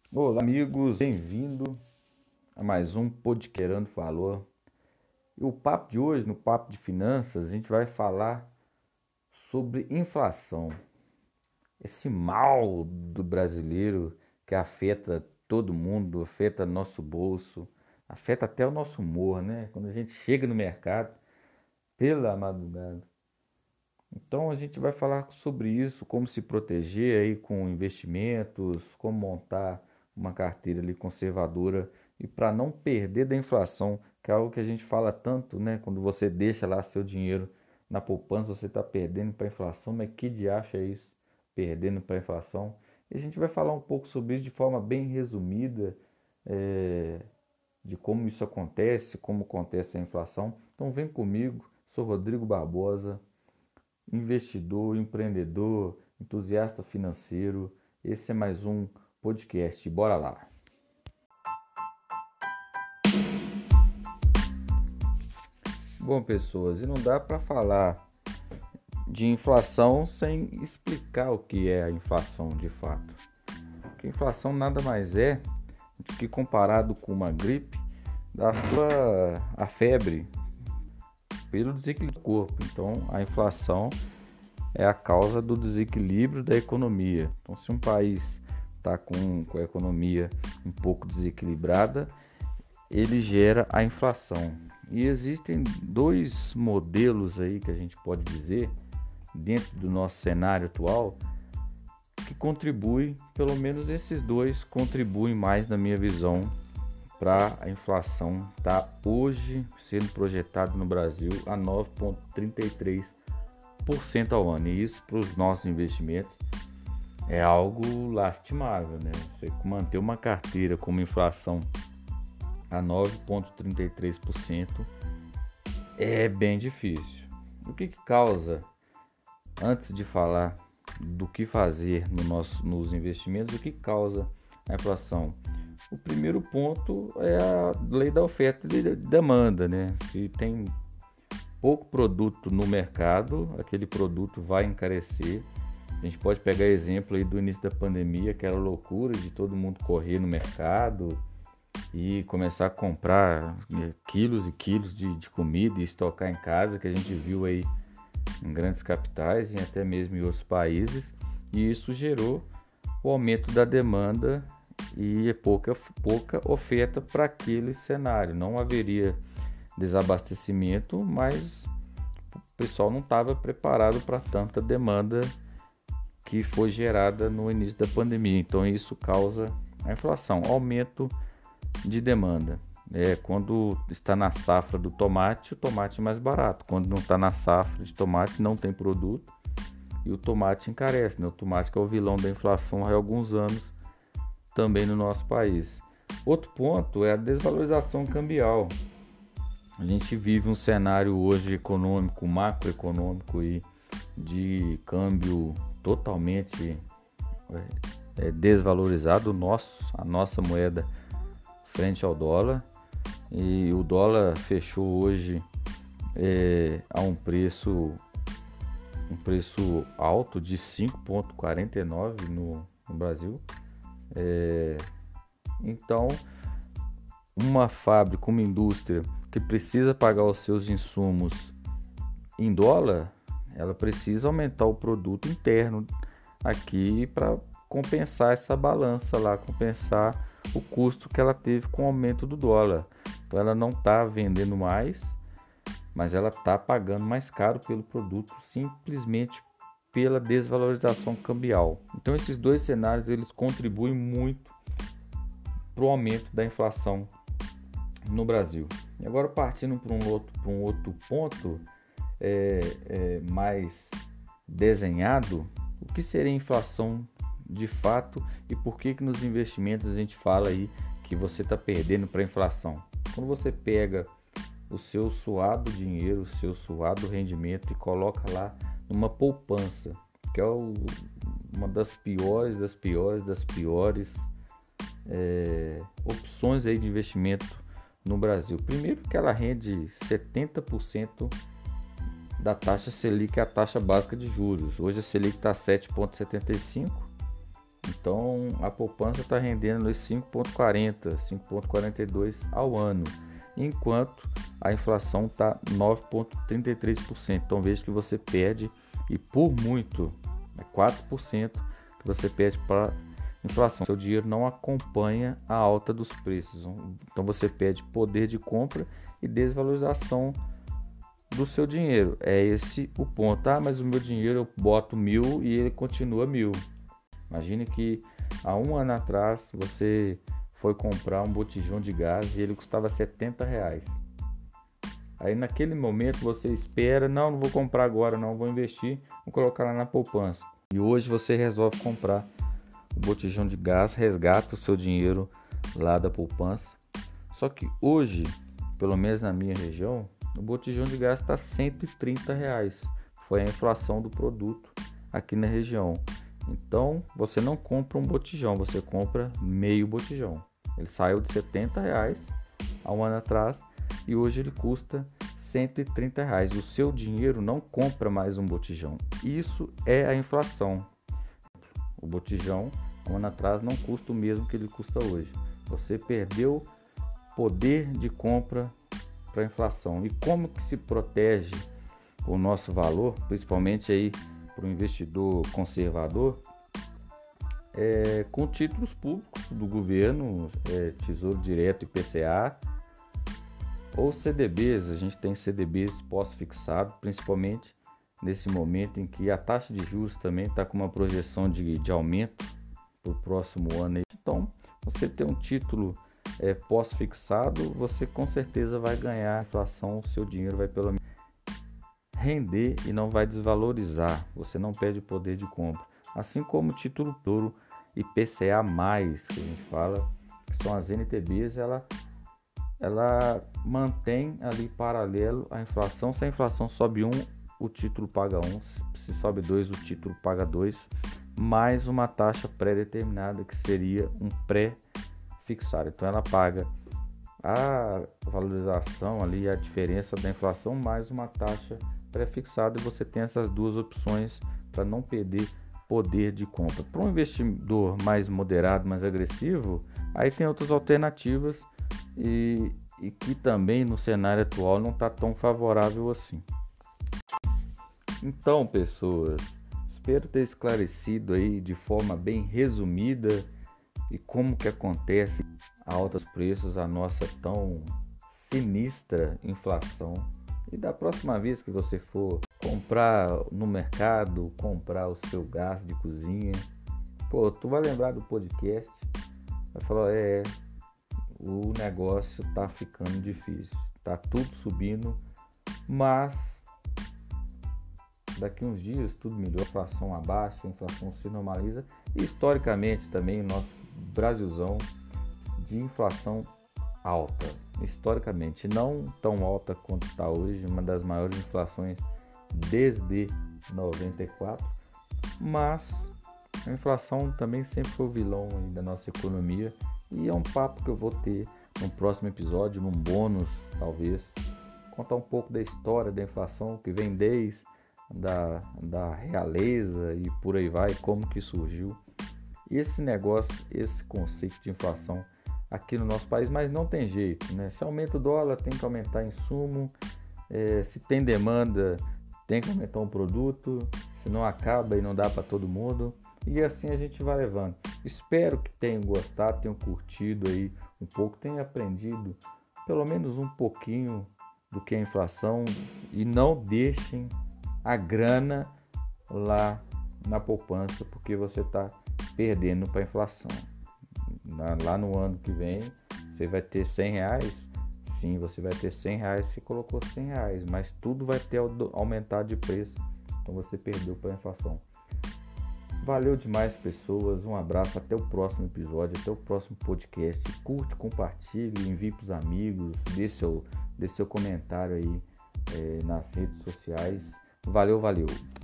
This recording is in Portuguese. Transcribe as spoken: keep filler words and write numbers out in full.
Olá, amigos, bem-vindo a mais um Podquerando Falou. E o papo de hoje, no Papo de Finanças, a gente vai falar sobre inflação. Esse mal do brasileiro que afeta todo mundo, afeta nosso bolso, afeta até o nosso humor, né? Quando a gente chega no mercado, pela madrugada. Então a gente vai falar sobre isso, como se proteger aí com investimentos, como montar uma carteira ali conservadora e para não perder da inflação, que é algo que a gente fala tanto, né? Quando você deixa lá seu dinheiro na poupança, você está perdendo para a inflação, mas que diacho é isso? Perdendo para a inflação. E a gente vai falar um pouco sobre isso de forma bem resumida, é, de como isso acontece, como acontece a inflação. Então vem comigo, sou Rodrigo Barbosa, investidor, empreendedor, entusiasta financeiro. Esse é mais um podcast. Bora lá. Bom, pessoas, e não dá para falar de inflação sem explicar o que é a inflação de fato. Porque a inflação nada mais é do que, comparado com uma gripe, da sua a febre pelo desequilíbrio do corpo. Então, a inflação é a causa do desequilíbrio da economia. Então, se um país está com, com a economia um pouco desequilibrada, ele gera a inflação. E existem dois modelos aí que a gente pode dizer, dentro do nosso cenário atual, que contribuem, pelo menos esses dois contribuem mais, na minha visão, para a inflação estar tá hoje sendo projetado no Brasil a nove vírgula trinta e três por cento ao ano. E isso, para os nossos investimentos, é algo lastimável, né? Você manter uma carteira com uma inflação a nove vírgula trinta e três por cento é bem difícil. O que, que causa, antes de falar do que fazer no nosso, nos investimentos, o que causa a inflação? O primeiro ponto é a lei da oferta e demanda, né? Se tem pouco produto no mercado, aquele produto vai encarecer. A gente pode pegar exemplo aí do início da pandemia, aquela loucura de todo mundo correr no mercado e começar a comprar quilos e quilos de, de comida e estocar em casa, que a gente viu aí em grandes capitais e até mesmo em outros países, e isso gerou o aumento da demanda e pouca, pouca oferta para aquele cenário. Não haveria desabastecimento, mas o pessoal não estava preparado para tanta demanda que foi gerada no início da pandemia. Então isso causa a inflação, aumento de demanda. É, quando está na safra do tomate, o tomate é mais barato. Quando não está na safra de tomate, não tem produto e o tomate encarece, né? O tomate que é o vilão da inflação há alguns anos também no nosso país. Outro ponto é a desvalorização cambial. A gente vive um cenário hoje econômico, macroeconômico e de câmbio totalmente é, desvalorizado, nosso, a nossa moeda frente ao dólar. E o dólar fechou hoje é, a um preço um preço alto de cinco vírgula quarenta e nove no, no Brasil. É, então, uma fábrica, uma indústria que precisa pagar os seus insumos em dólar, ela precisa aumentar o produto interno aqui para compensar essa balança lá, compensar o custo que ela teve com o aumento do dólar. Então ela não está vendendo mais, mas ela está pagando mais caro pelo produto, simplesmente pela desvalorização cambial. Então esses dois cenários eles contribuem muito para o aumento da inflação no Brasil. E agora, partindo para um outro, para um outro ponto é, é, mais desenhado, o que seria inflação de fato e por que, que nos investimentos a gente fala aí que você está perdendo para a inflação? Quando você pega o seu suado dinheiro, o seu suado rendimento e coloca lá numa poupança, que é o, uma das piores, das piores, das piores é, opções aí de investimento no Brasil. Primeiro que ela rende setenta por cento da taxa Selic, que é a taxa básica de juros. Hoje a Selic está sete vírgula setenta e cinco por cento, Então a poupança está rendendo cinco vírgula quarenta, cinco vírgula quarenta e dois ao ano, enquanto a inflação está nove vírgula trinta e três por cento. Então veja que você perde, e por muito, é quatro por cento que você perde para inflação. Seu dinheiro não acompanha a alta dos preços. Então você perde poder de compra e desvalorização do seu dinheiro. É esse o ponto. Ah, mas o meu dinheiro eu boto mil e ele continua mil. Imagine que há um ano atrás você foi comprar um botijão de gás e ele custava setenta reais. Aí naquele momento você espera, não, não vou comprar agora, não, vou investir, vou colocar lá na poupança. E hoje você resolve comprar o botijão de gás, resgata o seu dinheiro lá da poupança. Só que hoje, pelo menos na minha região, o botijão de gás está cento e trinta reais. Foi a inflação do produto aqui na região. Então você não compra um botijão, você compra meio botijão. Ele saiu de setenta reais há um ano atrás e hoje ele custa cento e trinta reais. O seu dinheiro não compra mais um botijão. Isso é a inflação. O botijão há um ano atrás não custa o mesmo que ele custa hoje. Você perdeu poder de compra para a inflação. E como que se protege o nosso valor, principalmente aí para o investidor conservador? É, com títulos públicos do governo, é, Tesouro Direto, I P C A, ou C D Bs. A gente tem C D Bs pós-fixado, principalmente nesse momento em que a taxa de juros também está com uma projeção de, de aumento para o próximo ano. Então, você ter um título é, pós-fixado, você com certeza vai ganhar a inflação, o seu dinheiro vai pelo menos render e não vai desvalorizar, você não perde poder de compra. Assim como o título touro I P C A mais, que a gente fala, que são as N T Bs, ela, ela mantém ali paralelo a inflação. Se a inflação sobe um, o título paga um, se sobe dois, o título paga dois, mais uma taxa pré-determinada, que seria um pré-fixado. Então ela paga a valorização ali, a diferença da inflação, mais uma taxa pré-fixada, e você tem essas duas opções para não perder poder de compra. Para um investidor mais moderado, mais agressivo, aí tem outras alternativas e, e que também no cenário atual não está tão favorável assim. Então, pessoas, espero ter esclarecido aí de forma bem resumida e como que acontece a altos preços, a nossa tão sinistra inflação. E da próxima vez que você for comprar no mercado, comprar o seu gás de cozinha, pô, tu vai lembrar do podcast, vai falar, é, o negócio tá ficando difícil, tá tudo subindo, mas daqui uns dias tudo melhor, a inflação abaixa, a inflação se normaliza, e historicamente também o nosso Brasilzão de inflação alta, historicamente não tão alta quanto está hoje, uma das maiores inflações desde noventa e quatro, mas a inflação também sempre foi o vilão da nossa economia, e é um papo que eu vou ter no próximo episódio, num bônus talvez, contar um pouco da história da inflação, que vem desde da, da realeza e por aí vai, como que surgiu esse negócio, esse conceito de inflação aqui no nosso país. Mas não tem jeito, né? Se aumenta o dólar, tem que aumentar insumo, é, se tem demanda, tem que aumentar um produto, se não acaba e não dá para todo mundo, e assim a gente vai levando. Espero que tenham gostado, tenham curtido aí um pouco, tenham aprendido pelo menos um pouquinho do que é a inflação, e não deixem a grana lá na poupança, porque você está perdendo para a inflação. Lá no ano que vem você vai ter cem reais, sim, você vai ter cem reais se colocou cem reais, mas tudo vai ter aumentado de preço, então você perdeu para a inflação. Valeu demais, pessoas, um abraço, até o próximo episódio, até o próximo podcast. Curte, compartilhe, envie para os amigos, dê seu, dê seu comentário aí é, nas redes sociais. Valeu, valeu!